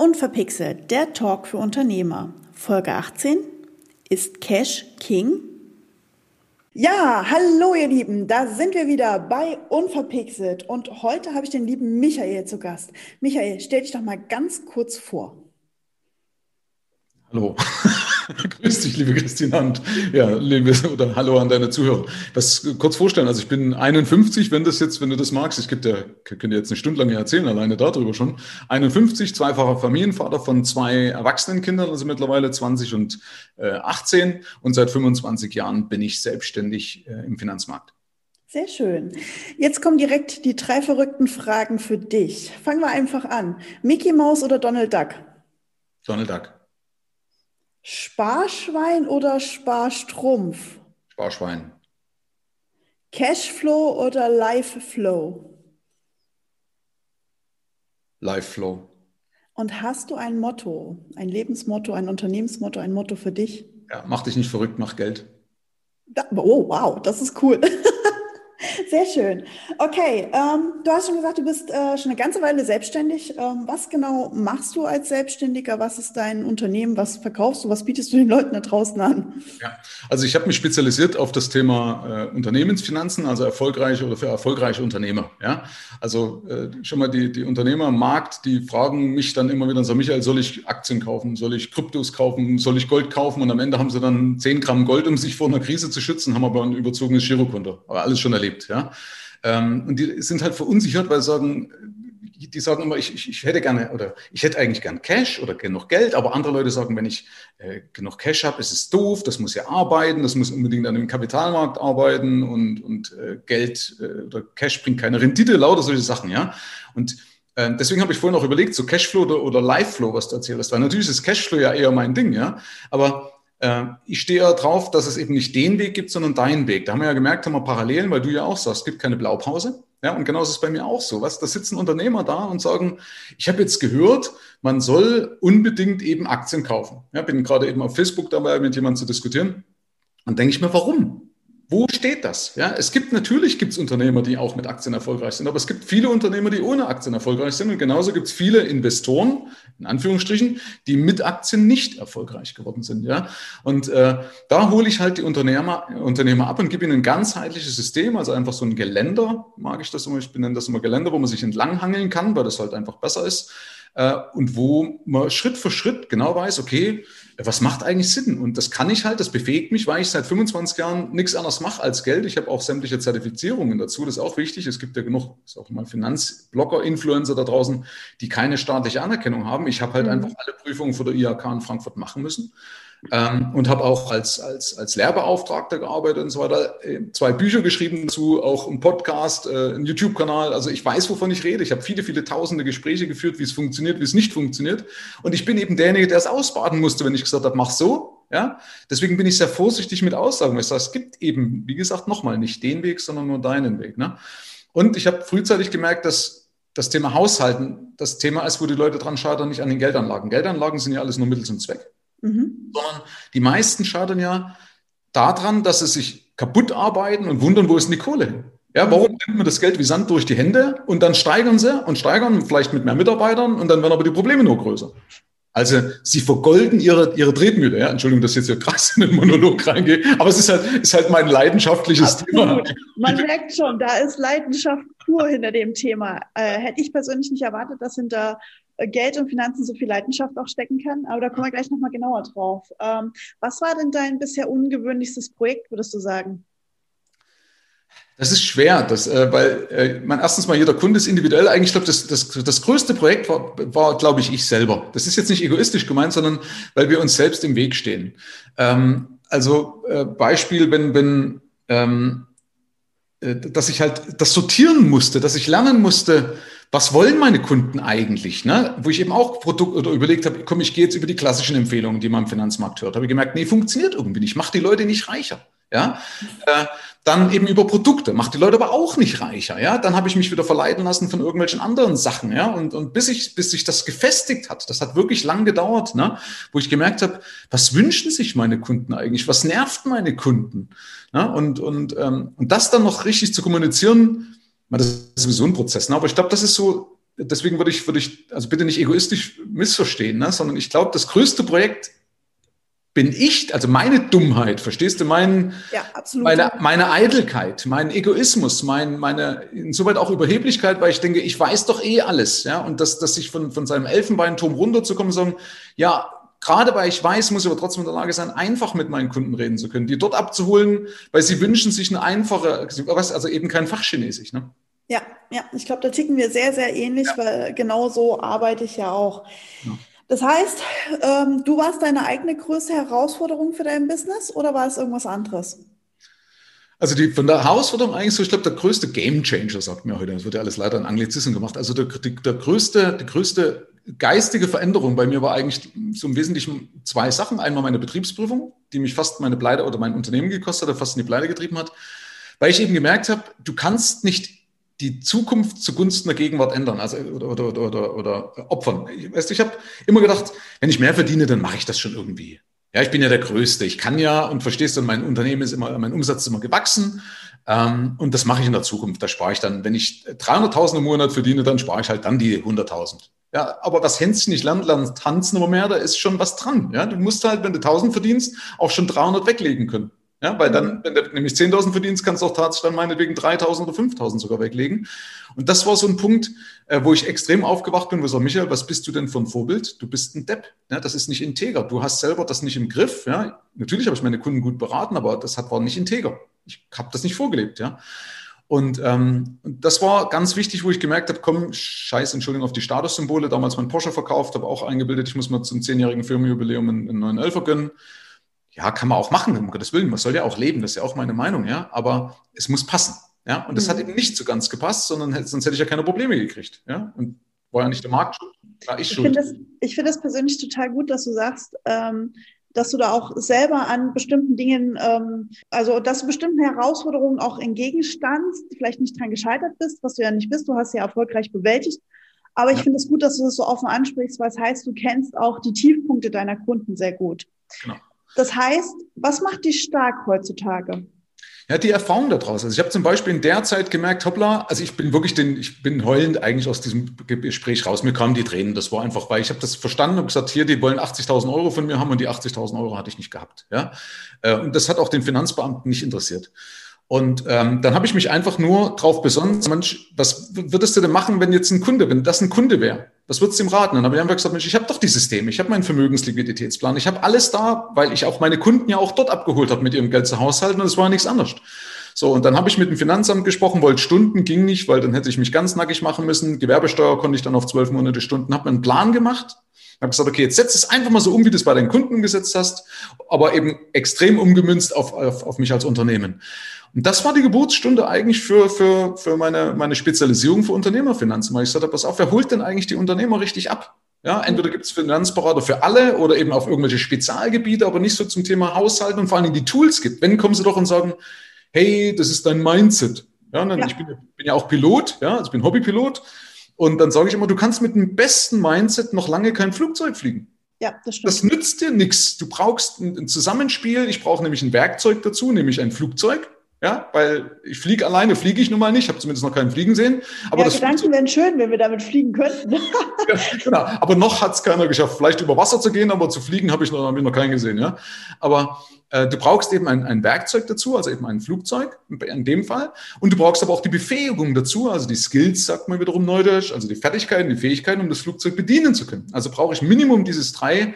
Unverpixelt, der Talk für Unternehmer. Folge 18. Ist Cash King? Ja, hallo ihr Lieben, da sind wir wieder bei Unverpixelt und heute habe ich den lieben Michael zu Gast. Michael, stell dich doch mal ganz kurz vor. Hallo, grüß dich, liebe Christine und oder hallo an deine Zuhörer. Was kurz vorstellen, also ich bin 51, wenn du das magst. Ich könnte jetzt eine Stunde lang erzählen, alleine darüber schon. 51, zweifacher Familienvater von 2 erwachsenen Kindern, also mittlerweile 20 und 18 und seit 25 Jahren bin ich selbstständig im Finanzmarkt. Sehr schön. Jetzt kommen direkt die 3 verrückten Fragen für dich. Fangen wir einfach an. Mickey Mouse oder Donald Duck? Donald Duck. Sparschwein oder Sparstrumpf? Sparschwein. Cashflow oder Liveflow? Liveflow. Und hast du ein Motto, ein Lebensmotto, ein Unternehmensmotto, ein Motto für dich? Ja, mach dich nicht verrückt, mach Geld. Oh, wow, das ist cool. Sehr schön. Okay, du hast schon gesagt, du bist schon eine ganze Weile selbstständig. Was genau machst du als Selbstständiger? Was ist dein Unternehmen? Was verkaufst du? Was bietest du den Leuten da draußen an? Ja, also ich habe mich spezialisiert auf das Thema Unternehmensfinanzen, also erfolgreiche oder für erfolgreiche Unternehmer. Ja, also schon mal die Unternehmer am Markt, die fragen mich dann immer wieder und sagen, Michael, soll ich Aktien kaufen? Soll ich Kryptos kaufen? Soll ich Gold kaufen? Und am Ende haben sie dann 10 Gramm Gold, um sich vor einer Krise zu schützen, haben aber ein überzogenes Girokonto. Aber alles schon erlebt. Ja? Und die sind halt verunsichert, weil die sagen immer, ich hätte gerne oder ich hätte eigentlich gern Cash oder genug Geld, aber andere Leute sagen, wenn ich genug Cash habe, ist es doof, das muss ja arbeiten, das muss unbedingt an dem Kapitalmarkt arbeiten und Geld oder Cash bringt keine Rendite, lauter solche Sachen, ja. Und deswegen habe ich vorhin auch überlegt, so Cashflow oder Liveflow, was du erzählt hast, weil natürlich ist Cashflow ja eher mein Ding, ja, aber ich stehe ja drauf, dass es eben nicht den Weg gibt, sondern deinen Weg. Da haben wir ja gemerkt, haben wir Parallelen, weil du ja auch sagst, es gibt keine Blaupause. Ja, und genau ist es bei mir auch so. Da sitzen Unternehmer da und sagen, ich habe jetzt gehört, man soll unbedingt eben Aktien kaufen. Ja, bin gerade eben auf Facebook dabei, mit jemandem zu diskutieren. Und denke ich mir, warum? Wo steht das? Ja, natürlich gibt es Unternehmer, die auch mit Aktien erfolgreich sind, aber es gibt viele Unternehmer, die ohne Aktien erfolgreich sind und genauso gibt es viele Investoren, in Anführungsstrichen, die mit Aktien nicht erfolgreich geworden sind. Ja, und da hole ich halt die Unternehmer ab und gebe ihnen ein ganzheitliches System, also einfach so ein Geländer, mag ich das immer, ich benenne das immer Geländer, wo man sich entlanghangeln kann, weil das halt einfach besser ist. Und wo man Schritt für Schritt genau weiß, okay, was macht eigentlich Sinn? Und das kann ich halt, das befähigt mich, weil ich seit 25 Jahren nichts anderes mache als Geld. Ich habe auch sämtliche Zertifizierungen dazu, das ist auch wichtig. Es gibt ja genug, ist auch mal Finanzblogger, Influencer da draußen, die keine staatliche Anerkennung haben. Ich habe halt einfach alle Prüfungen für die IHK in Frankfurt machen müssen. Und habe auch als Lehrbeauftragter gearbeitet und so weiter, 2 Bücher geschrieben dazu, auch einen Podcast, einen YouTube-Kanal. Also ich weiß, wovon ich rede. Ich habe viele, viele tausende Gespräche geführt, wie es funktioniert, wie es nicht funktioniert. Und ich bin eben derjenige, der es ausbaden musste, wenn ich gesagt habe, mach so. Ja? Deswegen bin ich sehr vorsichtig mit Aussagen. Weil ich sage, es gibt eben, wie gesagt, nochmal nicht den Weg, sondern nur deinen Weg. Ne? Und ich habe frühzeitig gemerkt, dass das Thema Haushalten das Thema ist, wo die Leute dran scheitern, nicht an den Geldanlagen. Geldanlagen sind ja alles nur Mittel zum Zweck. Sondern die meisten scheitern ja daran, dass sie sich kaputt arbeiten und wundern, wo ist denn die Kohle hin? Ja, warum nimmt man das Geld wie Sand durch die Hände und dann steigern vielleicht mit mehr Mitarbeitern und dann werden aber die Probleme nur größer. Also sie vergolden ihre Tretmühle. Ja, Entschuldigung, dass ich jetzt hier krass in den Monolog reingehe, aber es ist halt mein leidenschaftliches Thema. Man merkt schon, da ist Leidenschaft pur hinter dem Thema. Hätte ich persönlich nicht erwartet, dass hinter Geld und Finanzen so viel Leidenschaft auch stecken kann, aber da kommen wir gleich nochmal genauer drauf. Was war denn dein bisher ungewöhnlichstes Projekt, würdest du sagen? Das ist schwer, weil erstens mal jeder Kunde ist individuell. Eigentlich, ich glaube, das größte Projekt war, glaube ich selber. Das ist jetzt nicht egoistisch gemeint, sondern weil wir uns selbst im Weg stehen. Beispiel, dass ich halt das sortieren musste, dass ich lernen musste, was wollen meine Kunden eigentlich? Ne? Wo ich eben auch überlegt habe, komm, ich gehe jetzt über die klassischen Empfehlungen, die man im Finanzmarkt hört. Habe ich gemerkt, nee, funktioniert irgendwie nicht. Macht die Leute nicht reicher. Ja? Dann eben über Produkte, macht die Leute aber auch nicht reicher. Ja? Dann habe ich mich wieder verleiten lassen von irgendwelchen anderen Sachen. Ja? Und bis sich das gefestigt hat, das hat wirklich lang gedauert, ne? Wo ich gemerkt habe, was wünschen sich meine Kunden eigentlich? Was nervt meine Kunden? Ja? Und das dann noch richtig zu kommunizieren, das ist sowieso ein Prozess. Ne? Aber ich glaube, das ist so deswegen würde ich, also bitte nicht egoistisch missverstehen, ne, sondern ich glaube, das größte Projekt bin ich, also meine Dummheit, verstehst du, Ja, absolut. meine Eitelkeit, mein Egoismus, meine insoweit auch Überheblichkeit, weil ich denke, ich weiß doch eh alles, ja, und dass sich von seinem Elfenbeinturm runterzukommen und sagen, ja, gerade weil ich weiß, muss ich aber trotzdem in der Lage sein, einfach mit meinen Kunden reden zu können, die dort abzuholen, weil sie wünschen sich eine einfache, also eben kein Fachchinesisch, ne? Ja, ja, ich glaube, da ticken wir sehr, sehr ähnlich, weil genau so arbeite ich ja auch. Ja. Das heißt, du warst deine eigene größte Herausforderung für dein Business oder war es irgendwas anderes? Also von der Herausforderung eigentlich so, ich glaube, der größte Gamechanger, sagt mir heute, das wird ja alles leider in Anglizismen gemacht. Also die größte geistige Veränderung bei mir war eigentlich so im Wesentlichen zwei Sachen. Einmal meine Betriebsprüfung, die mich fast meine Pleite oder mein Unternehmen gekostet hat, fast in die Pleite getrieben hat, weil ich eben gemerkt habe, du kannst nicht die Zukunft zugunsten der Gegenwart ändern, also oder opfern. Ich habe immer gedacht, wenn ich mehr verdiene, dann mache ich das schon irgendwie. Ja, ich bin ja der Größte. Ich kann ja, und verstehst du, mein Unternehmen ist immer, mein Umsatz ist immer gewachsen. Und das mache ich in der Zukunft. Da spare ich dann, wenn ich 300.000 im Monat verdiene, dann spare ich halt dann die 100.000. Ja, aber was Hänschen nicht lernt tanzen immer mehr, da ist schon was dran. Ja, du musst halt, wenn du 1.000 verdienst, auch schon 300 weglegen können. Ja, weil dann, wenn du nämlich 10.000 verdienst, kannst du auch tatsächlich dann meinetwegen 3.000 oder 5.000 sogar weglegen. Und das war so ein Punkt, wo ich extrem aufgewacht bin, wo ich sage, Michael, was bist du denn für ein Vorbild? Du bist ein Depp. Ja, das ist nicht integer. Du hast selber das nicht im Griff. Ja, natürlich habe ich meine Kunden gut beraten, aber war nicht integer. Ich habe das nicht vorgelebt. Ja. Und das war ganz wichtig, wo ich gemerkt habe, komm, scheiß, Entschuldigung, auf die Statussymbole. Damals mein Porsche verkauft, habe auch eingebildet, ich muss mir zum 10-jährigen Firmenjubiläum einen 911 gönnen. Ja, kann man auch machen, um Gottes Willen. Man soll ja auch leben, das ist ja auch meine Meinung, ja. Aber es muss passen, ja. Und das hat eben nicht so ganz gepasst, sondern sonst hätte ich ja keine Probleme gekriegt, ja. Und war ja nicht der Markt schuld, war ich schuld. Ich finde das persönlich total gut, dass du sagst, dass du da auch selber an bestimmten Dingen, also dass du bestimmten Herausforderungen auch entgegenstandst, vielleicht nicht dran gescheitert bist, was du ja nicht bist, du hast ja erfolgreich bewältigt. Aber ich finde es gut, dass du das so offen ansprichst, weil es heißt, du kennst auch die Tiefpunkte deiner Kunden sehr gut. Genau. Das heißt, was macht dich stark heutzutage? Ja, die Erfahrung daraus. Also ich habe zum Beispiel in der Zeit gemerkt, hoppla, also ich bin heulend eigentlich aus diesem Gespräch raus. Mir kamen die Tränen. Das war einfach, weil ich habe das verstanden und gesagt, hier, die wollen 80.000 Euro von mir haben und die 80.000 Euro hatte ich nicht gehabt. Ja? Und das hat auch den Finanzbeamten nicht interessiert. Und dann habe ich mich einfach nur drauf besonnen, Mensch, was würdest du denn machen, wenn das ein Kunde wäre? Was würdest du ihm raten? Dann habe ich einfach gesagt, Mensch, ich habe doch die Systeme, ich habe meinen Vermögensliquiditätsplan, ich habe alles da, weil ich auch meine Kunden ja auch dort abgeholt habe mit ihrem Geld zu haushalten und es war nichts anderes. So, und dann habe ich mit dem Finanzamt gesprochen, wollte Stunden, ging nicht, weil dann hätte ich mich ganz nackig machen müssen. Gewerbesteuer konnte ich dann auf 12 Monate Stunden, habe mir einen Plan gemacht. Ich habe gesagt, okay, jetzt setz es einfach mal so um, wie du es bei deinen Kunden umgesetzt hast, aber eben extrem umgemünzt auf mich als Unternehmen. Und das war die Geburtsstunde eigentlich für meine Spezialisierung für Unternehmerfinanzen, weil ich gesagt habe, pass auf, wer holt denn eigentlich die Unternehmer richtig ab? Ja, entweder gibt es Finanzberater für alle oder eben auf irgendwelche Spezialgebiete, aber nicht so zum Thema Haushalten und vor allem die Tools gibt. Wenn, kommen sie doch und sagen, hey, das ist dein Mindset. Ja, dann, ich bin ja auch Pilot, ja, also ich bin Hobbypilot. Und dann sage ich immer, du kannst mit dem besten Mindset noch lange kein Flugzeug fliegen. Ja, das stimmt. Das nützt dir nichts. Du brauchst ein Zusammenspiel. Ich brauche nämlich ein Werkzeug dazu, nämlich ein Flugzeug. Ja, weil ich fliege alleine, fliege ich nun mal nicht. Ich habe zumindest noch keinen Fliegen sehen. Aber ja, Gedanken wären schön, wenn wir damit fliegen könnten. Ja, genau. Aber noch hat es keiner geschafft. Vielleicht über Wasser zu gehen, aber zu fliegen habe ich noch keinen gesehen. Ja? Aber du brauchst eben ein Werkzeug dazu, also eben ein Flugzeug in dem Fall. Und du brauchst aber auch die Befähigung dazu, also die Skills, sagt man wiederum neudeutsch, also die Fertigkeiten, die Fähigkeiten, um das Flugzeug bedienen zu können. Also brauche ich Minimum diesen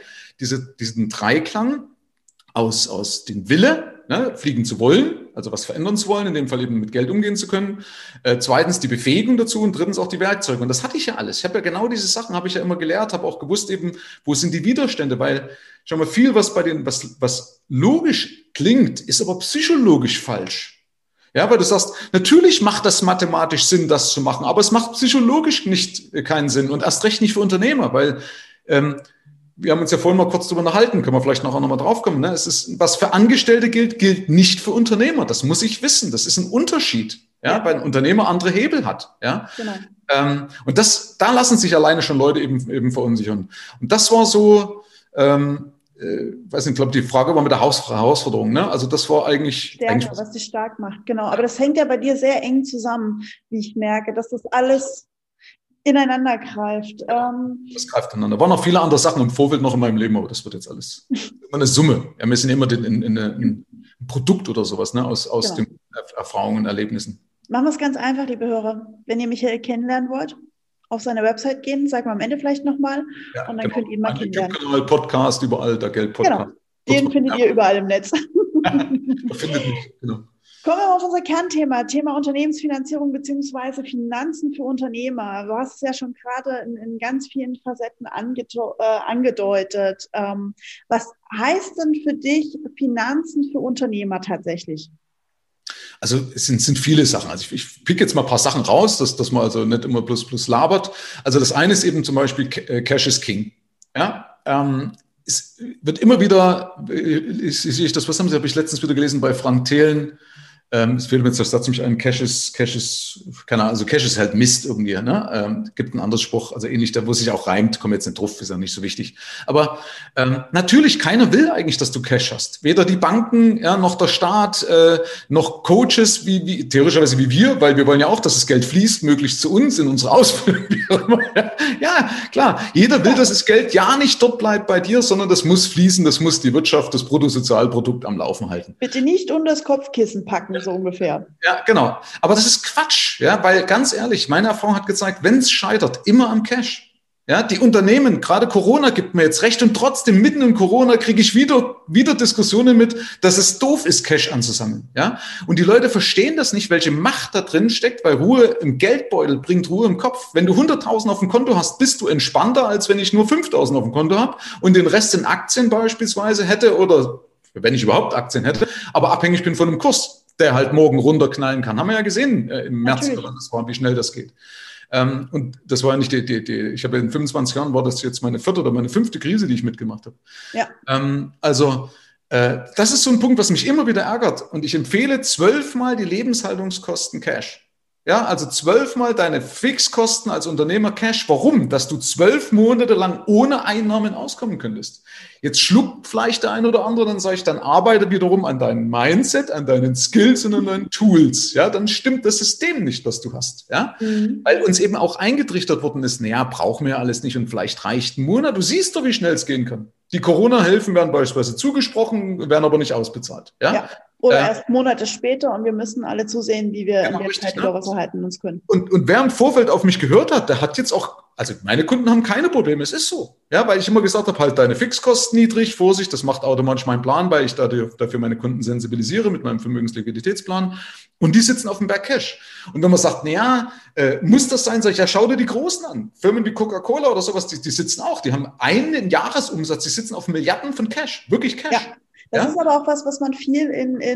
Dreiklang aus dem Wille, ne, fliegen zu wollen, also was verändern zu wollen, in dem Fall eben mit Geld umgehen zu können. Zweitens die Befähigung dazu und drittens auch die Werkzeuge. Und das hatte ich ja alles. Ich habe ja genau diese Sachen, habe ich ja immer gelehrt, habe auch gewusst eben, wo sind die Widerstände, weil schau mal, viel, was logisch klingt, ist aber psychologisch falsch. Ja, weil du sagst, natürlich macht das mathematisch Sinn, das zu machen, aber es macht psychologisch keinen Sinn und erst recht nicht für Unternehmer, weil wir haben uns ja vorhin mal kurz darüber unterhalten, können wir vielleicht noch mal drauf kommen. Ne? Es ist, was für Angestellte gilt nicht für Unternehmer. Das muss ich wissen. Das ist ein Unterschied, ja, weil ein Unternehmer andere Hebel hat. Ja? Genau. Und da lassen sich alleine schon Leute eben verunsichern. Und das war so, weiß nicht, ich glaube, die Frage war mit der Herausforderung. Ne? Also das war eigentlich was dich stark macht. Genau. Aber das hängt ja bei dir sehr eng zusammen, wie ich merke, dass das alles ineinander greift. Das greift ineinander. Waren noch viele andere Sachen im Vorfeld noch in meinem Leben, aber das wird jetzt alles immer eine Summe. Ja, wir sind immer ein Produkt oder sowas, ne, aus Genau. den Erfahrungen und Erlebnissen. Machen wir es ganz einfach, liebe Hörer. Wenn ihr Michael kennenlernen wollt, auf seine Website gehen, sagen wir am Ende vielleicht nochmal, Ja, und dann könnt ihr ihn mal kennenlernen. YouTube-Kanal, Podcast, überall, der Geld-Podcast. Genau, den findet ihr überall im Netz. Findet mich, genau. Kommen wir mal auf unser Kernthema, Thema Unternehmensfinanzierung bzw. Finanzen für Unternehmer. Du hast es ja schon gerade in ganz vielen Facetten angedeutet. Was heißt denn für dich Finanzen für Unternehmer tatsächlich? Also es sind viele Sachen. Also ich pick jetzt mal ein paar Sachen raus, dass man also nicht immer plus labert. Also das eine ist eben zum Beispiel Cash is King. Ja, es wird immer wieder, sehe ich das, was habe ich letztens wieder gelesen bei Frank Thelen. Es fehlt mir jetzt der Satz nicht ein, Cash ist, keine Ahnung, also Cash ist halt Mist irgendwie, ne? Gibt einen anderen Spruch, also ähnlich, da wo sich auch reimt, komme jetzt nicht drauf, ist ja nicht so wichtig. Aber natürlich, keiner will eigentlich, dass du Cash hast. Weder die Banken, ja, noch der Staat, noch Coaches, wie theoretischerweise wie wir, weil wir wollen ja auch, dass das Geld fließt, möglichst zu uns, in unsere Ausbildung. Ja, klar, jeder will, dass das Geld ja nicht dort bleibt bei dir, sondern das muss fließen, das muss die Wirtschaft, das Bruttosozialprodukt am Laufen halten. Bitte nicht unter das Kopfkissen packen, so ungefähr. Ja, genau. Aber das ist Quatsch, ja, weil ganz ehrlich, meine Erfahrung hat gezeigt, wenn es scheitert, immer am Cash. Ja, die Unternehmen, gerade Corona gibt mir jetzt recht, und trotzdem mitten in Corona kriege ich wieder Diskussionen mit, dass es doof ist, Cash anzusammeln. Ja, und die Leute verstehen das nicht, welche Macht da drin steckt, weil Ruhe im Geldbeutel bringt Ruhe im Kopf. Wenn du 100.000 auf dem Konto hast, bist du entspannter, als wenn ich nur 5.000 auf dem Konto habe und den Rest in Aktien beispielsweise hätte oder wenn ich überhaupt Aktien hätte, aber abhängig bin von einem Kurs, der halt morgen runterknallen kann. Haben wir ja gesehen im März, wie schnell das geht. Und das war ja nicht ich habe in 25 Jahren, war das jetzt meine 4. oder meine 5. Krise, die ich mitgemacht habe. Ja. Das ist so ein Punkt, was mich immer wieder ärgert. Und ich empfehle 12-mal die Lebenshaltungskosten Cash. Ja, also 12-mal deine Fixkosten als Unternehmer Cash. Warum? Dass du 12 Monate lang ohne Einnahmen auskommen könntest. Jetzt schluckt vielleicht der eine oder andere, dann sage ich, dann arbeite wiederum an deinem Mindset, an deinen Skills und an deinen Tools. Ja, dann stimmt das System nicht, was du hast. Ja, weil uns eben auch eingetrichtert worden ist, naja, brauchen wir ja alles nicht und vielleicht reicht ein Monat. Du siehst doch, wie schnell es gehen kann. Die Corona-Hilfen werden beispielsweise zugesprochen, werden aber nicht ausbezahlt. Ja? Oder erst Monate später, und wir müssen alle zusehen, wie wir in der Zeit über Wasser halten uns können. Und wer im Vorfeld auf mich gehört hat, der hat jetzt auch, also meine Kunden haben keine Probleme, es ist so. Ja, weil ich immer gesagt habe, halt deine Fixkosten niedrig, Vorsicht, das macht automatisch meinen Plan, weil ich dafür meine Kunden sensibilisiere mit meinem Vermögensliquiditätsplan. Und die sitzen auf dem Berg Cash. Und wenn man sagt, naja, muss das sein, sag ich, ja, schau dir die Großen an. Firmen wie Coca-Cola oder sowas, die sitzen auch, die haben einen Jahresumsatz, die sitzen auf Milliarden von Cash, wirklich Cash. Ja. Das ist aber auch was man viel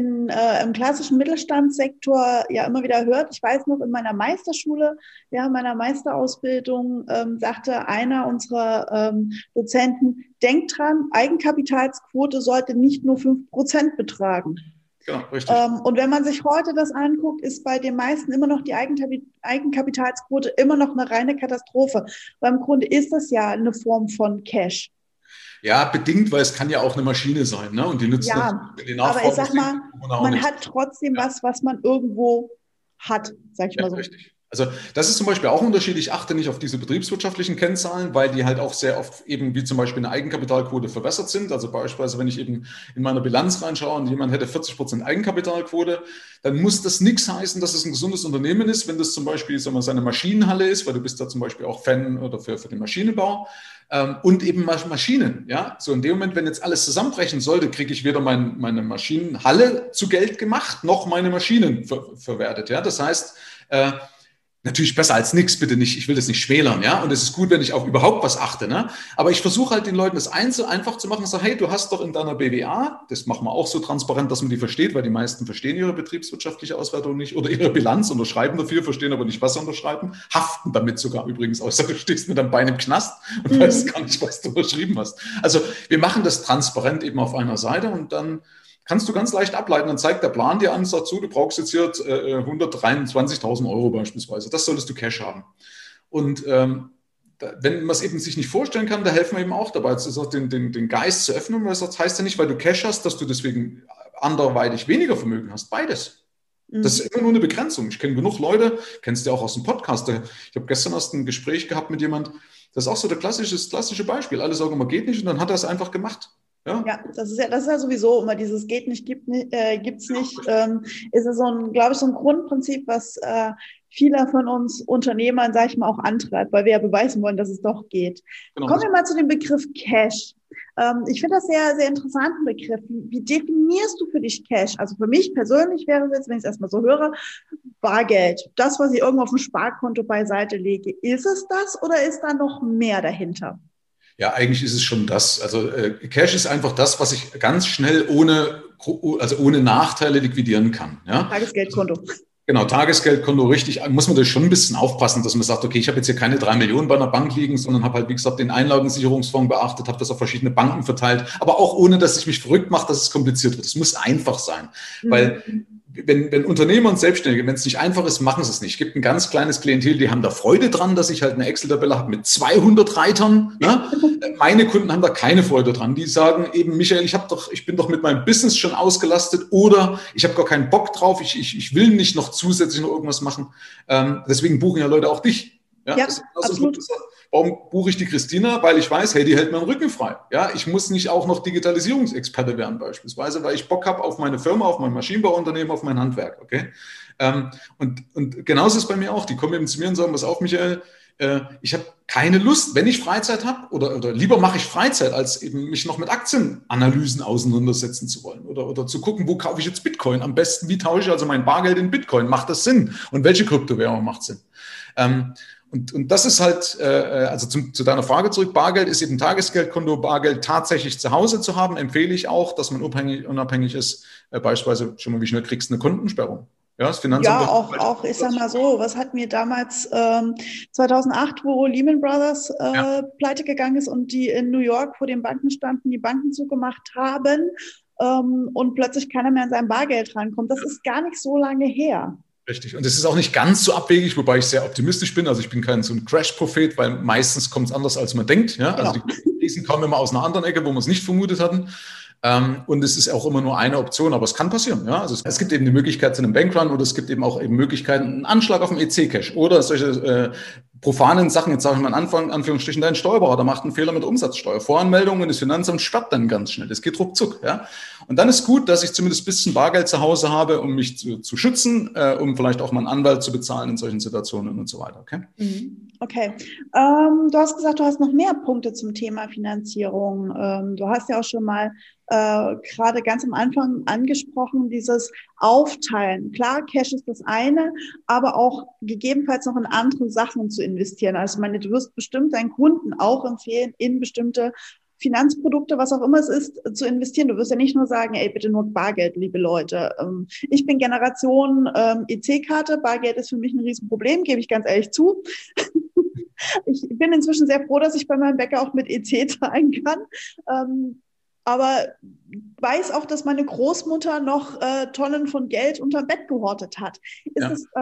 im klassischen Mittelstandssektor ja immer wieder hört. Ich weiß noch, in meiner Meisterschule, während meiner Meisterausbildung, sagte einer unserer Dozenten, denkt dran, Eigenkapitalsquote sollte nicht nur 5% betragen. Genau, richtig. Und wenn man sich heute das anguckt, ist bei den meisten immer noch die Eigenkapitalsquote immer noch eine reine Katastrophe. Weil im Grunde ist das ja eine Form von Cash. Ja, bedingt, weil es kann ja auch eine Maschine sein, ne? Und die nützt die aber ich sag mal, man hat trotzdem was man irgendwo hat, sag ich mal so. Richtig. Also das ist zum Beispiel auch ein Unterschied. Ich achte nicht auf diese betriebswirtschaftlichen Kennzahlen, weil die halt auch sehr oft eben wie zum Beispiel eine Eigenkapitalquote verbessert sind. Also beispielsweise, wenn ich eben in meiner Bilanz reinschaue und jemand hätte 40% Eigenkapitalquote, dann muss das nichts heißen, dass es ein gesundes Unternehmen ist, wenn das zum Beispiel seine Maschinenhalle ist, weil du bist da zum Beispiel auch Fan oder für den Maschinenbau. Und eben Maschinen, ja. So in dem Moment, wenn jetzt alles zusammenbrechen sollte, kriege ich weder meine Maschinenhalle zu Geld gemacht, noch meine Maschinen verwertet, ja. Das heißt, natürlich besser als nichts, bitte nicht, ich will das nicht schmälern, ja, und es ist gut, wenn ich auf überhaupt was achte, ne, aber ich versuche halt den Leuten das einfach zu machen und sage, hey, du hast doch in deiner BWA, das machen wir auch so transparent, dass man die versteht, weil die meisten verstehen ihre betriebswirtschaftliche Auswertung nicht oder ihre Bilanz, unterschreiben dafür, verstehen aber nicht, was sie unterschreiben, haften damit sogar übrigens, außer du stehst mit einem Bein im Knast und weißt gar nicht, was du unterschrieben hast. Also wir machen das transparent eben auf einer Seite und dann kannst du ganz leicht ableiten, dann zeigt der Plan dir an, sagt so, du brauchst jetzt hier 123.000 Euro beispielsweise, das solltest du Cash haben. Und wenn man es eben sich nicht vorstellen kann, da helfen wir eben auch dabei, den Geist zu öffnen, weil das heißt ja nicht, weil du Cash hast, dass du deswegen anderweitig weniger Vermögen hast, beides. Das ist immer nur eine Begrenzung. Ich kenne genug Leute, kennst du ja auch aus dem Podcast. Ich habe gestern erst ein Gespräch gehabt mit jemand, das ist auch so das klassische Beispiel. Alle sagen immer, geht nicht, und dann hat er es einfach gemacht. Ja, ja, das ist ja sowieso immer dieses geht nicht, gibt's nicht. Ist es glaube ich, so ein Grundprinzip, was viele von uns Unternehmern, sage ich mal, auch antreibt, weil wir ja beweisen wollen, dass es doch geht. genau. Kommen wir mal zu dem Begriff Cash. Ich finde das sehr, sehr interessanten Begriff. Wie definierst du für dich Cash? Also für mich persönlich wäre es jetzt, wenn ich es erstmal so höre, Bargeld. Das, was ich irgendwo auf dem Sparkonto beiseite lege. Ist es das oder ist da noch mehr dahinter? Ja, eigentlich ist es schon das. Also Cash ist einfach das, was ich ganz schnell ohne Nachteile liquidieren kann. Ja? Tagesgeldkonto. Genau, Tagesgeldkonto, richtig. Muss man da schon ein bisschen aufpassen, dass man sagt, okay, ich habe jetzt hier keine 3 Millionen bei einer Bank liegen, sondern habe halt, wie gesagt, den Einlagensicherungsfonds beachtet, habe das auf verschiedene Banken verteilt, aber auch ohne, dass ich mich verrückt mache, dass es kompliziert wird. Es muss einfach sein, weil wenn Unternehmer und Selbstständige, wenn es nicht einfach ist, machen sie es nicht. Es gibt ein ganz kleines Klientel, die haben da Freude dran, dass ich halt eine Excel-Tabelle habe mit 200 Reitern. Ne? Meine Kunden haben da keine Freude dran. Die sagen eben, Michael, ich bin doch mit meinem Business schon ausgelastet oder ich habe gar keinen Bock drauf, ich will nicht noch zusätzlich noch irgendwas machen. Deswegen buchen ja Leute auch dich. Ja, absolut. Warum buche ich die Christina? Weil ich weiß, hey, die hält meinen Rücken frei. Ja, ich muss nicht auch noch Digitalisierungsexperte werden beispielsweise, weil ich Bock habe auf meine Firma, auf mein Maschinenbauunternehmen, auf mein Handwerk. Okay? Und genauso ist es bei mir auch. Die kommen eben zu mir und sagen, pass auf, Michael, ich habe keine Lust, wenn ich Freizeit habe, oder lieber mache ich Freizeit, als eben mich noch mit Aktienanalysen auseinandersetzen zu wollen oder zu gucken, wo kaufe ich jetzt Bitcoin am besten, wie tausche ich also mein Bargeld in Bitcoin, macht das Sinn und welche Kryptowährung macht Sinn? Und das ist halt, also zu deiner Frage zurück, Bargeld ist eben Tagesgeldkonto, Bargeld tatsächlich zu Hause zu haben, empfehle ich auch, dass man unabhängig ist, beispielsweise schon mal, wie schnell kriegst du eine Kontensperrung? Ja, das Finanzamt. Ja, auch, ich sag mal so, was hat mir damals 2008, wo Lehman Brothers pleite gegangen ist und die in New York vor den Banken standen, die Banken zugemacht haben und plötzlich keiner mehr an sein Bargeld rankommt. Das ist gar nicht so lange her. Richtig. Und es ist auch nicht ganz so abwegig, wobei ich sehr optimistisch bin. Also ich bin kein so ein Crash-Prophet, weil meistens kommt es anders, als man denkt. Ja? Genau. Also die Krisen kommen immer aus einer anderen Ecke, wo wir es nicht vermutet hatten. Und es ist auch immer nur eine Option, aber es kann passieren. Ja? Also es gibt eben die Möglichkeit zu einem Bankrun oder es gibt eben auch eben Möglichkeiten, einen Anschlag auf dem EC-Cash oder solche profanen Sachen. Jetzt sage ich mal in Anführungsstrichen, dein Steuerberater macht einen Fehler mit Umsatzsteuer. Voranmeldung und das Finanzamt sperrt dann ganz schnell. Das geht ruckzuck. Ja? Und dann ist gut, dass ich zumindest ein bisschen Bargeld zu Hause habe, um mich zu schützen, um vielleicht auch mal einen Anwalt zu bezahlen in solchen Situationen und so weiter. Okay? Okay. Du hast gesagt, du hast noch mehr Punkte zum Thema Finanzierung. Du hast ja auch schon mal gerade ganz am Anfang angesprochen, dieses Aufteilen. Klar, Cash ist das eine, aber auch gegebenenfalls noch in andere Sachen zu investieren. Also ich meine, du wirst bestimmt deinen Kunden auch empfehlen, in bestimmte Finanzprodukte, was auch immer es ist, zu investieren. Du wirst ja nicht nur sagen, ey, bitte nur Bargeld, liebe Leute. Ich bin Generation EC-Karte. Bargeld ist für mich ein Riesenproblem, gebe ich ganz ehrlich zu. Ich bin inzwischen sehr froh, dass ich bei meinem Bäcker auch mit EC zahlen kann. Aber weiß auch, dass meine Großmutter noch Tonnen von Geld unterm Bett gehortet hat. Ist es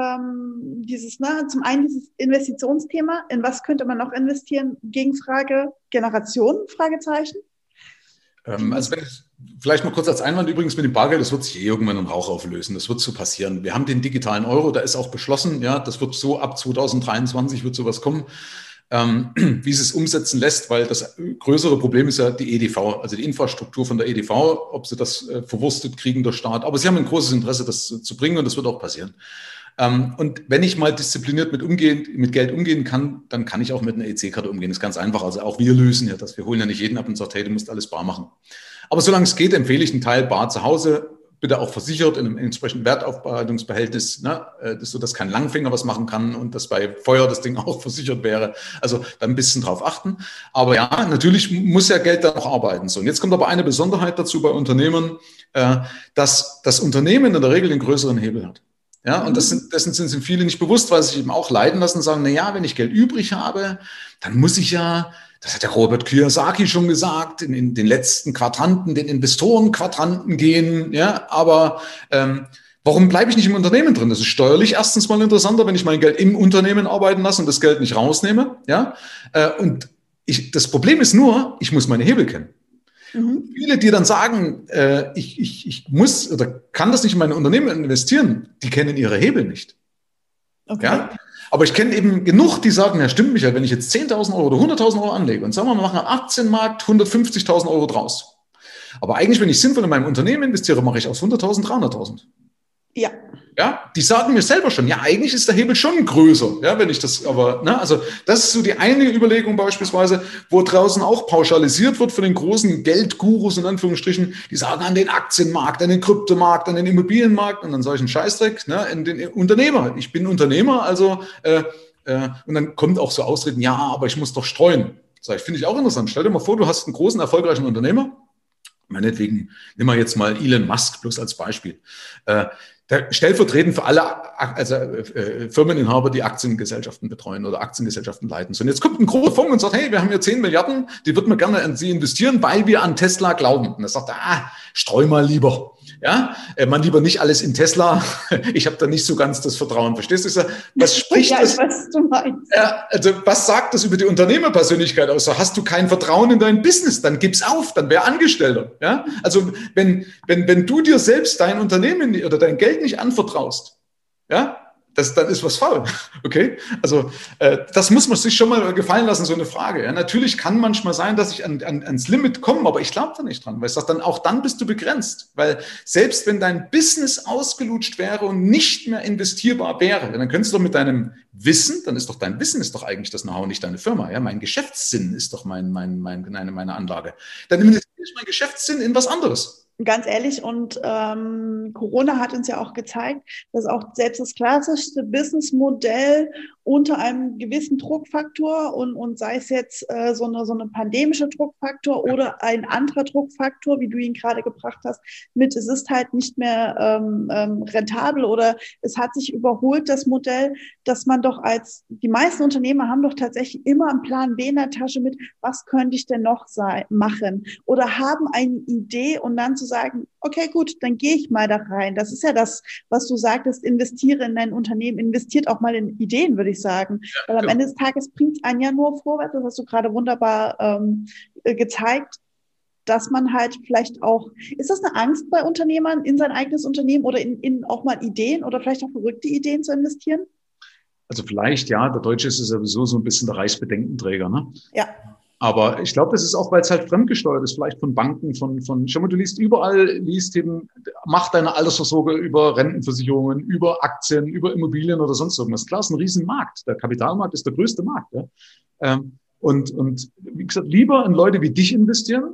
zum einen dieses Investitionsthema, in was könnte man noch investieren? Gegenfrage, Generationen, Fragezeichen? Also vielleicht mal kurz als Einwand übrigens mit dem Bargeld, das wird sich irgendwann im Rauch auflösen, das wird so passieren. Wir haben den digitalen Euro, da ist auch beschlossen, ja, das wird so ab 2023 wird sowas kommen. Wie es umsetzen lässt, weil das größere Problem ist ja die EDV, also die Infrastruktur von der EDV, ob sie das verwurstet kriegen, der Staat. Aber sie haben ein großes Interesse, das zu bringen und das wird auch passieren. Und wenn ich mal diszipliniert mit Geld umgehen kann, dann kann ich auch mit einer EC-Karte umgehen. Das ist ganz einfach. Also auch wir lösen ja das. Wir holen ja nicht jeden ab und sagen, hey, du musst alles bar machen. Aber solange es geht, empfehle ich einen Teil bar zu Hause, bitte auch versichert in einem entsprechenden Wertaufbehaltungsbehältnis, ne, sodass kein Langfinger was machen kann und dass bei Feuer das Ding auch versichert wäre. Also da ein bisschen drauf achten. Aber ja, natürlich muss ja Geld dann auch arbeiten. So, und jetzt kommt aber eine Besonderheit dazu bei Unternehmern, dass das Unternehmen in der Regel den größeren Hebel hat. Ja, und dessen sind viele nicht bewusst, weil sie sich eben auch leiten lassen und sagen, na ja, wenn ich Geld übrig habe, dann muss ich ja, das hat der Robert Kiyosaki schon gesagt, in den letzten Quadranten, den Investorenquadranten gehen. Ja, aber warum bleibe ich nicht im Unternehmen drin? Das ist steuerlich erstens mal interessanter, wenn ich mein Geld im Unternehmen arbeiten lasse und das Geld nicht rausnehme. Ja, und das Problem ist nur, ich muss meine Hebel kennen. Mhm. Viele, die dann sagen, ich muss oder kann das nicht in meine Unternehmen investieren, die kennen ihre Hebel nicht. Okay. Ja? Aber ich kenne eben genug, die sagen, ja stimmt, Michael, wenn ich jetzt 10.000 Euro oder 100.000 Euro anlege und sagen wir machen am Aktienmarkt 150.000 Euro draus. Aber eigentlich, wenn ich sinnvoll in meinem Unternehmen investiere, mache ich aus 100.000 300.000. Ja. Ja, die sagen mir selber schon, ja, eigentlich ist der Hebel schon größer, ja, wenn ich das, aber, ne, also das ist so die eine Überlegung beispielsweise, wo draußen auch pauschalisiert wird von den großen Geldgurus in Anführungsstrichen, die sagen an den Aktienmarkt, an den Kryptomarkt, an den Immobilienmarkt und an solchen Scheißdreck, ne, in den Unternehmer. Ich bin Unternehmer, also und dann kommt auch so Ausreden, ja, aber ich muss doch streuen. Sag ich, finde ich auch interessant. Stell dir mal vor, du hast einen großen, erfolgreichen Unternehmer, meinetwegen, nimm mal jetzt mal Elon Musk bloß als Beispiel. Der stellvertretend für alle Firmeninhaber, die Aktiengesellschaften betreuen oder Aktiengesellschaften leiten. So, und jetzt kommt ein großer Fonds und sagt, hey, wir haben hier 10 Milliarden, die würden wir gerne an Sie investieren, weil wir an Tesla glauben. Und er sagt, streu mal lieber. Ja, man lieber nicht alles in Tesla. Ich habe da nicht so ganz das Vertrauen. Verstehst du? Was spricht Ja, das? ich weiß, was du meinst. Ja, also was sagt das über die Unternehmerpersönlichkeit aus? Hast du kein Vertrauen in dein Business, dann gib's auf, dann wär Angestellter. Ja? Also wenn du dir selbst dein Unternehmen oder dein Geld nicht anvertraust, ja, dann ist was faul. Okay? Also das muss man sich schon mal gefallen lassen, so eine Frage. Ja? Natürlich kann manchmal sein, dass ich ans Limit komme, aber ich glaube da nicht dran, weil ich sage, auch dann bist du begrenzt. Weil selbst wenn dein Business ausgelutscht wäre und nicht mehr investierbar wäre, dann könntest du doch mit deinem Wissen, dann ist doch dein Wissen ist doch eigentlich das Know-how, nicht deine Firma. Ja? Mein Geschäftssinn ist doch meine Anlage. Dann investiere ich meinen Geschäftssinn in was anderes. Ganz ehrlich, und Corona hat uns ja auch gezeigt, dass auch selbst das klassischste Businessmodell unter einem gewissen Druckfaktor und sei es jetzt so eine pandemische Druckfaktor oder ein anderer Druckfaktor, wie du ihn gerade gebracht hast, es ist halt nicht mehr rentabel oder es hat sich überholt, das Modell, dass man doch die meisten Unternehmer haben doch tatsächlich immer einen Plan B in der Tasche mit, was könnte ich denn noch machen oder haben eine Idee und dann zu sagen, okay, gut, dann gehe ich mal da rein. Das ist ja das, was du sagtest, investiere in dein Unternehmen, investiert auch mal in Ideen, würde ich sagen. Weil am Ende des Tages bringt es einen ja nur vorwärts, das hast du gerade wunderbar gezeigt, dass man halt vielleicht auch, ist das eine Angst bei Unternehmern, in sein eigenes Unternehmen oder in auch mal Ideen oder vielleicht auch verrückte Ideen zu investieren? Also vielleicht, ja, der Deutsche ist sowieso so ein bisschen der Reichsbedenkenträger, ne? Ja. Aber ich glaube, das ist auch, weil es halt fremdgesteuert ist, vielleicht von Banken, schau mal, du liest überall, eben, mach deine Altersvorsorge über Rentenversicherungen, über Aktien, über Immobilien oder sonst irgendwas. Klar, es ist ein Riesenmarkt. Der Kapitalmarkt ist der größte Markt. Ja? Und wie gesagt, lieber in Leute wie dich investieren,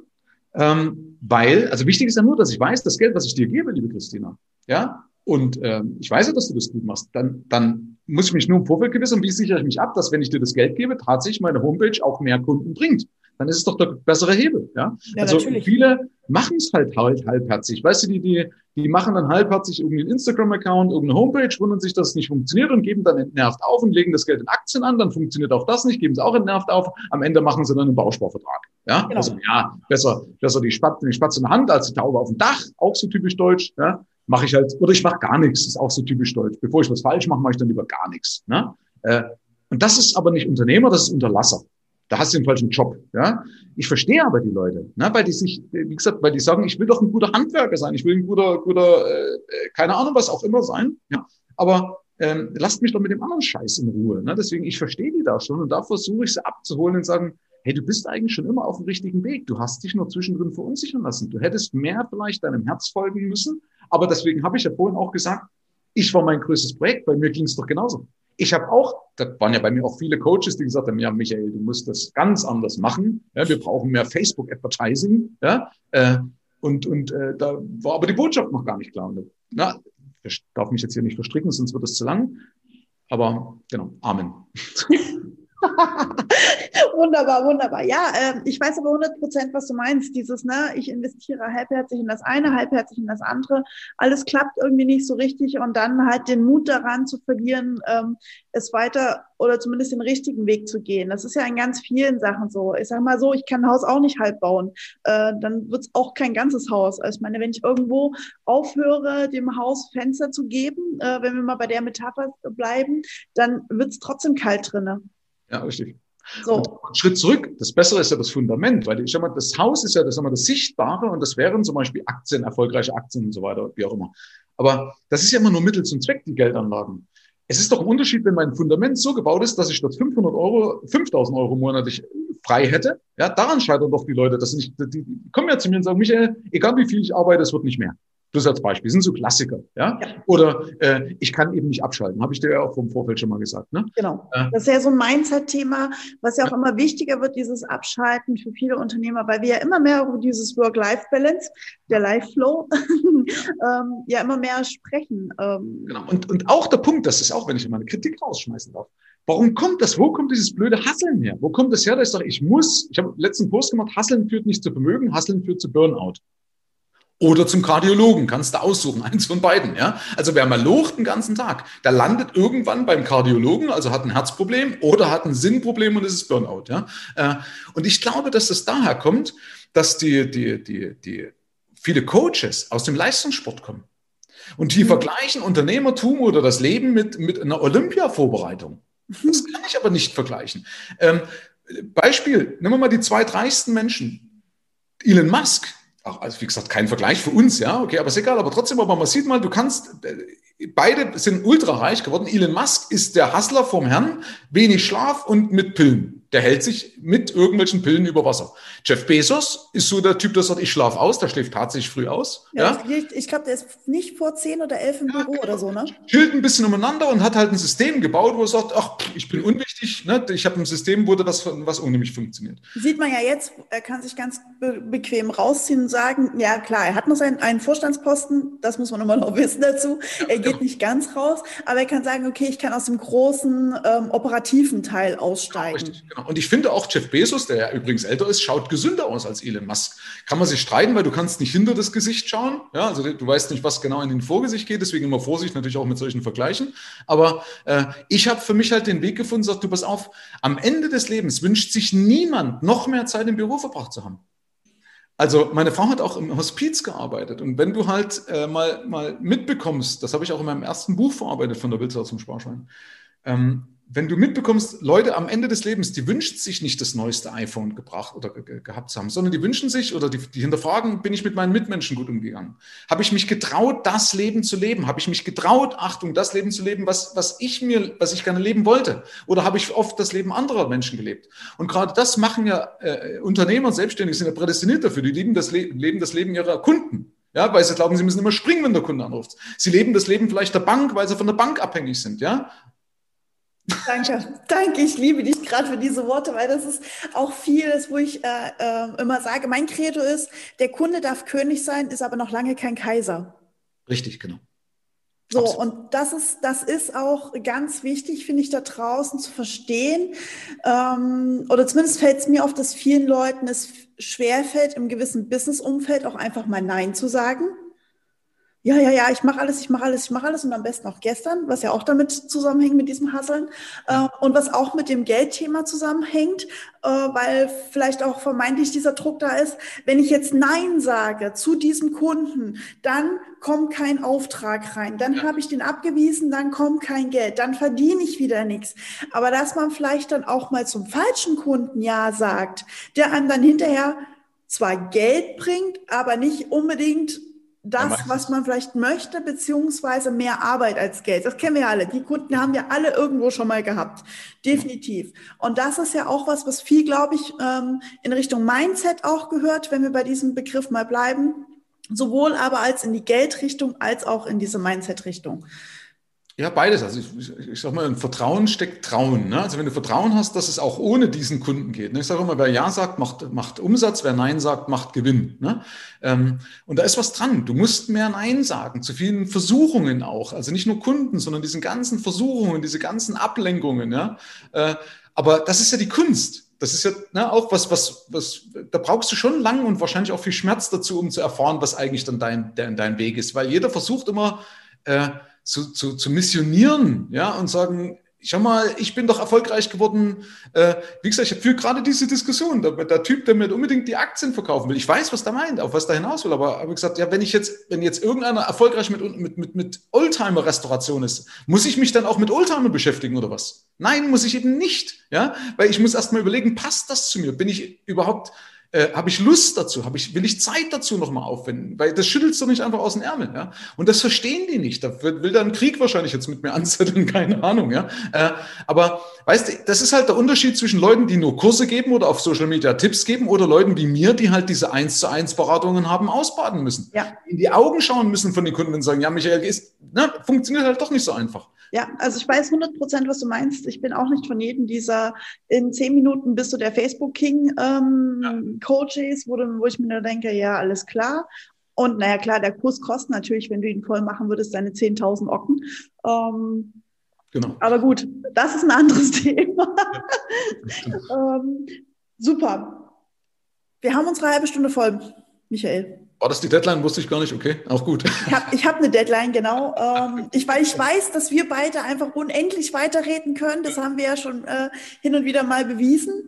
weil, also wichtig ist ja nur, dass ich weiß, das Geld, was ich dir gebe, liebe Christina, ja, und ich weiß ja, dass du das gut machst, dann muss ich mich nur im Vorfeld gewissern, wie sichere ich mich ab, dass wenn ich dir das Geld gebe, tatsächlich meine Homepage auch mehr Kunden bringt. Dann ist es doch der bessere Hebel. Ja? Also natürlich. Viele machen es halt halbherzig. Weißt du, die machen dann halbherzig irgendeinen Instagram-Account, irgendeine Homepage, wundern sich, dass es nicht funktioniert und geben dann entnervt auf und legen das Geld in Aktien an, dann funktioniert auch das nicht, geben es auch entnervt auf. Am Ende machen sie dann einen Bausparvertrag. Ja? Genau. Also ja, besser die Spatze in der Hand als die Taube auf dem Dach, auch so typisch deutsch. Ja? Mache ich halt, oder ich mache gar nichts, ist auch so typisch deutsch. Bevor ich was falsch mache, mache ich dann lieber gar nichts. Ne? Und das ist aber nicht Unternehmer, das ist Unterlasser. Da hast du den falschen Job. Ja? Ich verstehe aber die Leute, ne? Weil die sich, wie gesagt, weil die sagen, ich will doch ein guter Handwerker sein, ich will ein guter keine Ahnung, was auch immer sein. Ja? Aber lasst mich doch mit dem anderen Scheiß in Ruhe. Ne? Deswegen, ich verstehe die da schon und da versuche ich sie abzuholen und sagen, hey, du bist eigentlich schon immer auf dem richtigen Weg. Du hast dich nur zwischendrin verunsichern lassen. Du hättest mehr vielleicht deinem Herz folgen müssen. Aber deswegen habe ich ja vorhin auch gesagt, ich war mein größtes Projekt. Bei mir ging es doch genauso. Ich habe auch, da waren ja bei mir auch viele Coaches, die gesagt haben, ja, Michael, du musst das ganz anders machen. Ja, wir brauchen mehr Facebook-Advertising. Ja, da war aber die Botschaft noch gar nicht klar. Na, ich darf mich jetzt hier nicht verstricken, sonst wird es zu lang. Aber genau, Amen. Wunderbar, wunderbar. Ja, ich weiß aber 100%, was du meinst. Dieses, ne, ich investiere halbherzig in das eine, halbherzig in das andere. Alles klappt irgendwie nicht so richtig und dann halt den Mut daran zu verlieren, es weiter oder zumindest den richtigen Weg zu gehen. Das ist ja in ganz vielen Sachen so. Ich sage mal so, ich kann ein Haus auch nicht halb bauen. Dann wird es auch kein ganzes Haus. Also ich meine, wenn ich irgendwo aufhöre, dem Haus Fenster zu geben, wenn wir mal bei der Metapher bleiben, dann wird es trotzdem kalt drinne. Ja, richtig. Und So. einen Schritt zurück, das Bessere ist ja das Fundament, weil ich sag mal, das Haus ist ja das Sichtbare und das wären zum Beispiel Aktien, erfolgreiche Aktien und so weiter, wie auch immer. Aber das ist ja immer nur Mittel zum Zweck, die Geldanlagen. Es ist doch ein Unterschied, wenn mein Fundament so gebaut ist, dass ich statt 5.000 Euro monatlich frei hätte. Ja, daran scheitern doch die Leute, dass sie nicht, die kommen ja zu mir und sagen, Michael, egal wie viel ich arbeite, es wird nicht mehr. Das als Beispiel. Das sind so Klassiker, ja. Oder ich kann eben nicht abschalten. Habe ich dir ja auch vom Vorfeld schon mal gesagt. Ne? Genau. Das ist ja so ein Mindset-Thema, was ja auch immer wichtiger wird, dieses Abschalten für viele Unternehmer, weil wir ja immer mehr über dieses Work-Life-Balance, der Life-Flow, ja immer mehr sprechen. Genau. Und auch der Punkt, das ist auch, wenn ich mal eine Kritik rausschmeißen darf. Warum kommt das? Wo kommt dieses blöde Hasseln her? Wo kommt das her, dass ich sage, ich habe letzten Post gemacht, Hasseln führt nicht zu Vermögen, Hasseln führt zu Burnout. Oder zum Kardiologen, kannst du aussuchen, eins von beiden. Ja? Also wer mal locht den ganzen Tag, der landet irgendwann beim Kardiologen, also hat ein Herzproblem oder hat ein Sinnproblem und es ist Burnout. Ja? Und ich glaube, dass das daher kommt, dass die viele Coaches aus dem Leistungssport kommen. Und die vergleichen Unternehmertum oder das Leben mit einer Olympia-Vorbereitung. Das kann ich aber nicht vergleichen. Beispiel, nehmen wir mal die zwei reichsten Menschen. Elon Musk. Also wie gesagt, kein Vergleich für uns, ja, okay, aber ist egal, aber trotzdem, aber man sieht mal, beide sind ultra reich geworden. Elon Musk ist der Hustler vom Herrn, wenig Schlaf und mit Pillen. Der hält sich mit irgendwelchen Pillen über Wasser. Jeff Bezos ist so der Typ, der sagt, ich schlafe aus, der schläft tatsächlich früh aus. Ja. Ich glaube, der ist nicht vor 10 oder 11 im Büro oder so, ne? Chillt ein bisschen umeinander und hat halt ein System gebaut, wo er sagt, ach, ich bin unwichtig, ne? Ich habe ein System, wo was ohne mich funktioniert. Sieht man ja jetzt, er kann sich ganz bequem rausziehen und sagen, ja klar, er hat noch einen Vorstandsposten, das muss man immer noch wissen dazu. Er geht nicht ganz raus, aber er kann sagen, okay, ich kann aus dem großen operativen Teil aussteigen. Richtig, genau. Und ich finde auch Jeff Bezos, der ja übrigens älter ist, schaut gesünder aus als Elon Musk. Kann man sich streiten, weil du kannst nicht hinter das Gesicht schauen. Ja, also du weißt nicht, was genau in den Vorgesicht geht, deswegen immer Vorsicht natürlich auch mit solchen Vergleichen. Aber ich habe für mich halt den Weg gefunden, sag du, pass auf, am Ende des Lebens wünscht sich niemand, noch mehr Zeit im Büro verbracht zu haben. Also meine Frau hat auch im Hospiz gearbeitet und wenn du halt mal mitbekommst, das habe ich auch in meinem ersten Buch verarbeitet von der Wildsau zum Sparschwein, wenn du mitbekommst, Leute am Ende des Lebens, die wünschen sich nicht das neueste iPhone gebracht oder gehabt zu haben, sondern die wünschen sich oder die hinterfragen, bin ich mit meinen Mitmenschen gut umgegangen? Habe ich mich getraut, das Leben zu leben? Habe ich mich getraut, Achtung, das Leben zu leben, was ich gerne leben wollte? Oder habe ich oft das Leben anderer Menschen gelebt? Und gerade das machen ja Unternehmer und Selbstständige, sind ja prädestiniert dafür. Die leben das Leben ihrer Kunden. Ja, weil sie glauben, sie müssen immer springen, wenn der Kunde anruft. Sie leben das Leben vielleicht der Bank, weil sie von der Bank abhängig sind, ja? Danke, ich liebe dich gerade für diese Worte, weil das ist auch vieles, wo ich immer sage, mein Credo ist, der Kunde darf König sein, ist aber noch lange kein Kaiser. Richtig, genau. So, und das ist auch ganz wichtig, finde ich, da draußen zu verstehen. Oder zumindest fällt es mir auf, dass vielen Leuten es schwerfällt, im gewissen Business-Umfeld auch einfach mal Nein zu sagen. Ja, ich mache alles und am besten auch gestern, was ja auch damit zusammenhängt mit diesem Hasseln und was auch mit dem Geldthema zusammenhängt, weil vielleicht auch vermeintlich dieser Druck da ist, wenn ich jetzt Nein sage zu diesem Kunden, dann kommt kein Auftrag rein, dann habe ich den abgewiesen, dann kommt kein Geld, dann verdiene ich wieder nichts. Aber dass man vielleicht dann auch mal zum falschen Kunden Ja sagt, der einem dann hinterher zwar Geld bringt, aber nicht unbedingt das, was man vielleicht möchte, beziehungsweise mehr Arbeit als Geld. Das kennen wir alle. Die Kunden haben wir alle irgendwo schon mal gehabt. Definitiv. Und das ist ja auch was viel, glaube ich, in Richtung Mindset auch gehört, wenn wir bei diesem Begriff mal bleiben. Sowohl aber als in die Geldrichtung, als auch in diese Mindset-Richtung. Ja, beides. Also ich sag mal, in Vertrauen steckt Trauen. Ne? Also wenn du Vertrauen hast, dass es auch ohne diesen Kunden geht. Ne? Ich sage immer, wer Ja sagt, macht Umsatz, wer Nein sagt, macht Gewinn. Ne? Und da ist was dran. Du musst mehr Nein sagen, zu vielen Versuchungen auch. Also nicht nur Kunden, sondern diesen ganzen Versuchungen, diese ganzen Ablenkungen. Ja? Aber das ist ja die Kunst. Das ist ja auch was, da brauchst du schon lang und wahrscheinlich auch viel Schmerz dazu, um zu erfahren, was eigentlich dann dein Weg ist. Weil jeder versucht immer, zu missionieren, ja, und sagen, schau mal, ich bin doch erfolgreich geworden. Wie gesagt, ich führe gerade diese Diskussion. Der Typ, der mir unbedingt die Aktien verkaufen will, ich weiß, was der meint, auf was der hinaus will, aber habe gesagt, ja, wenn jetzt irgendeiner erfolgreich mit Oldtimer-Restauration ist, muss ich mich dann auch mit Oldtimer beschäftigen oder was? Nein, muss ich eben nicht, ja, weil ich muss erst mal überlegen, passt das zu mir? Bin ich überhaupt habe ich Lust dazu? Will ich Zeit dazu nochmal aufwenden? Weil das schüttelst du nicht einfach aus den Ärmeln. Ja? Und das verstehen die nicht. Da will dann Krieg wahrscheinlich jetzt mit mir anzetteln, keine Ahnung. Ja? Aber weißt du, das ist halt der Unterschied zwischen Leuten, die nur Kurse geben oder auf Social Media Tipps geben oder Leuten wie mir, die halt diese 1:1 Beratungen haben, ausbaden müssen. Ja. In die Augen schauen müssen von den Kunden und sagen, ja, Michael, funktioniert halt doch nicht so einfach. Ja, also ich weiß 100%, was du meinst. Ich bin auch nicht von jedem dieser in 10 Minuten bist du der Facebook-King Coaches, wo ich mir nur denke, ja, alles klar. Und naja, klar, der Kurs kostet natürlich, wenn du ihn voll machen würdest, deine 10.000 Ocken. Genau. Aber gut, das ist ein anderes Thema. Super. Wir haben unsere halbe Stunde voll, Michael. War das die Deadline? Wusste ich gar nicht. Okay, auch gut. Ich hab eine Deadline, genau. Ich weiß, dass wir beide einfach unendlich weiterreden können. Das haben wir ja schon hin und wieder mal bewiesen.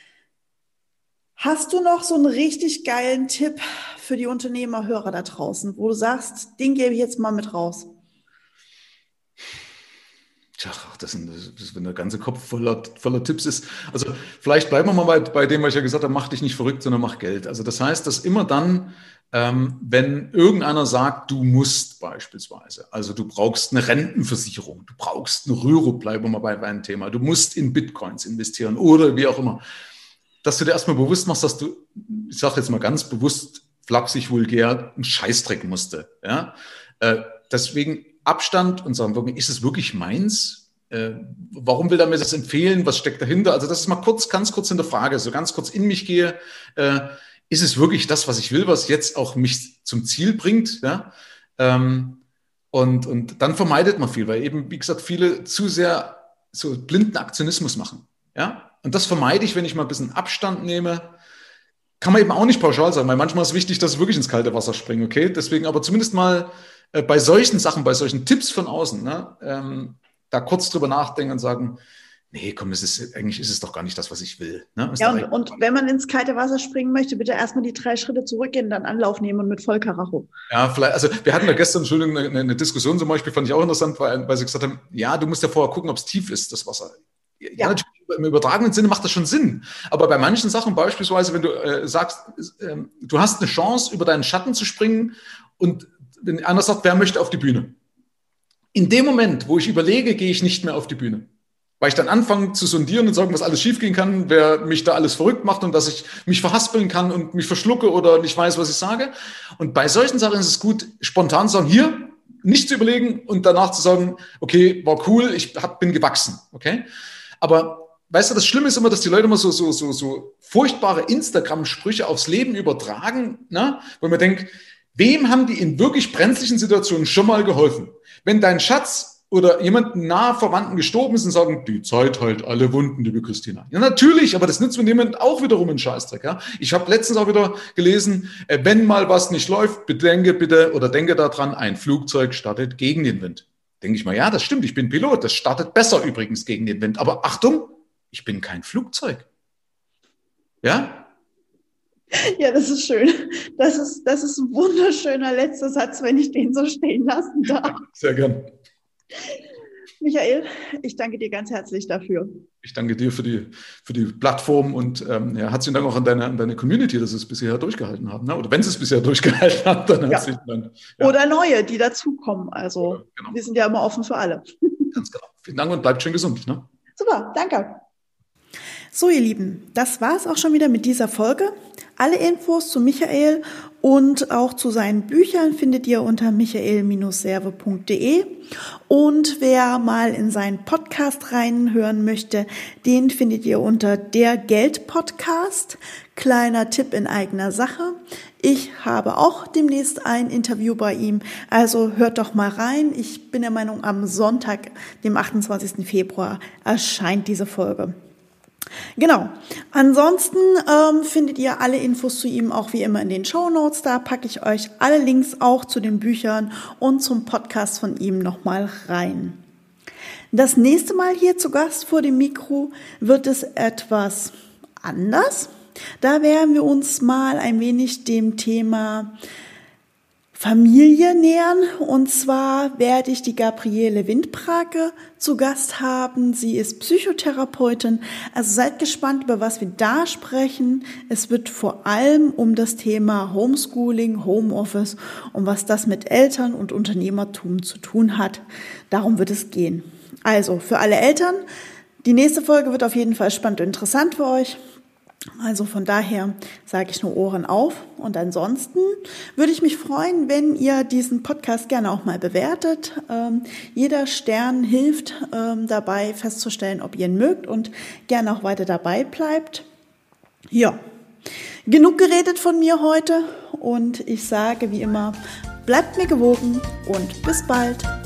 Hast du noch so einen richtig geilen Tipp für die Unternehmerhörer da draußen, wo du sagst, den gebe ich jetzt mal mit raus? Tja, wenn der ganze Kopf voller Tipps ist. Also vielleicht bleiben wir mal bei dem, was ich ja gesagt habe, mach dich nicht verrückt, sondern mach Geld. Also das heißt, dass immer dann, wenn irgendeiner sagt, du musst beispielsweise, also du brauchst eine Rentenversicherung, du brauchst eine Rürup, bleiben wir mal bei einem Thema, du musst in Bitcoins investieren oder wie auch immer, dass du dir erstmal bewusst machst, dass du, ich sage jetzt mal ganz bewusst, flapsig, vulgär, einen Scheißdreck musste. Ja? Deswegen Abstand und sagen, ist es wirklich meins? Warum will er mir das empfehlen? Was steckt dahinter? Also das ist mal ganz kurz in der Frage, so ganz kurz in mich gehe. Ist es wirklich das, was ich will, was jetzt auch mich zum Ziel bringt? Ja? Und dann vermeidet man viel, weil eben, wie gesagt, viele zu sehr so blinden Aktionismus machen. Ja? Und das vermeide ich, wenn ich mal ein bisschen Abstand nehme. Kann man eben auch nicht pauschal sagen, weil manchmal ist es wichtig, dass ich wirklich ins kalte Wasser springe, okay? Deswegen aber zumindest mal bei solchen Sachen, bei solchen Tipps von außen, ne, da kurz drüber nachdenken und sagen, nee, komm, eigentlich ist es doch gar nicht das, was ich will. Ne? Ja, und wenn man ins kalte Wasser springen möchte, bitte erstmal die 3 Schritte zurückgehen, dann Anlauf nehmen und mit Vollkaracho. Ja, vielleicht, also wir hatten ja gestern, Entschuldigung, eine Diskussion zum Beispiel, fand ich auch interessant, weil sie gesagt haben, ja, du musst ja vorher gucken, ob es tief ist, das Wasser. Ja, natürlich, im übertragenen Sinne macht das schon Sinn. Aber bei manchen Sachen, beispielsweise, wenn du sagst, du hast eine Chance, über deinen Schatten zu springen und wenn einer sagt, wer möchte auf die Bühne? In dem Moment, wo ich überlege, gehe ich nicht mehr auf die Bühne. Weil ich dann anfange zu sondieren und sagen, was alles schiefgehen kann, wer mich da alles verrückt macht und dass ich mich verhaspeln kann und mich verschlucke oder nicht weiß, was ich sage. Und bei solchen Sachen ist es gut, spontan zu sagen, hier, nicht zu überlegen und danach zu sagen, okay, war cool, bin gewachsen. Okay? Aber weißt du, das Schlimme ist immer, dass die Leute immer so furchtbare Instagram-Sprüche aufs Leben übertragen, ne? Wo man denkt, wem haben die in wirklich brenzlichen Situationen schon mal geholfen? Wenn dein Schatz oder jemand nahe Verwandten gestorben ist und sagen, die Zeit heilt alle Wunden, liebe Christina. Ja, natürlich, aber das nützt mit jemand auch wiederum einen Scheißdreck. Ja? Ich habe letztens auch wieder gelesen, wenn mal was nicht läuft, denke daran, ein Flugzeug startet gegen den Wind. Denke ich mal, ja, das stimmt, ich bin Pilot, das startet besser übrigens gegen den Wind. Aber Achtung, ich bin kein Flugzeug. Ja? Ja, das ist schön. Das ist ein wunderschöner letzter Satz, wenn ich den so stehen lassen darf. Sehr gern. Michael, ich danke dir ganz herzlich dafür. Ich danke dir für die Plattform und herzlichen Dank auch an deine Community, dass sie es bisher durchgehalten haben. Ne? Oder wenn sie es bisher durchgehalten haben, dann herzlichen Dank. Ja. Oder neue, die dazukommen. Also genau. Wir sind ja immer offen für alle. Ganz genau. Vielen Dank und bleibt schön gesund. Ne? Super, danke. So, ihr Lieben, das war es auch schon wieder mit dieser Folge. Alle Infos zu Michael und auch zu seinen Büchern findet ihr unter michael-serve.de. Und wer mal in seinen Podcast reinhören möchte, den findet ihr unter der Geld-Podcast. Kleiner Tipp in eigener Sache. Ich habe auch demnächst ein Interview bei ihm, also hört doch mal rein. Ich bin der Meinung, am Sonntag, dem 28. Februar, erscheint diese Folge. Genau. Ansonsten findet ihr alle Infos zu ihm auch wie immer in den Shownotes. Da packe ich euch alle Links auch zu den Büchern und zum Podcast von ihm nochmal rein. Das nächste Mal hier zu Gast vor dem Mikro wird es etwas anders. Da werden wir uns mal ein wenig dem Thema Familie nähern. Und zwar werde ich die Gabriele Windbrake zu Gast haben. Sie ist Psychotherapeutin. Also seid gespannt, über was wir da sprechen. Es wird vor allem um das Thema Homeschooling, Homeoffice und was das mit Eltern und Unternehmertum zu tun hat. Darum wird es gehen. Also für alle Eltern, die nächste Folge wird auf jeden Fall spannend und interessant für euch. Also von daher sage ich nur Ohren auf. Und ansonsten würde ich mich freuen, wenn ihr diesen Podcast gerne auch mal bewertet. Jeder Stern hilft dabei festzustellen, ob ihr ihn mögt und gerne auch weiter dabei bleibt. Ja, genug geredet von mir heute und ich sage wie immer, bleibt mir gewogen und bis bald.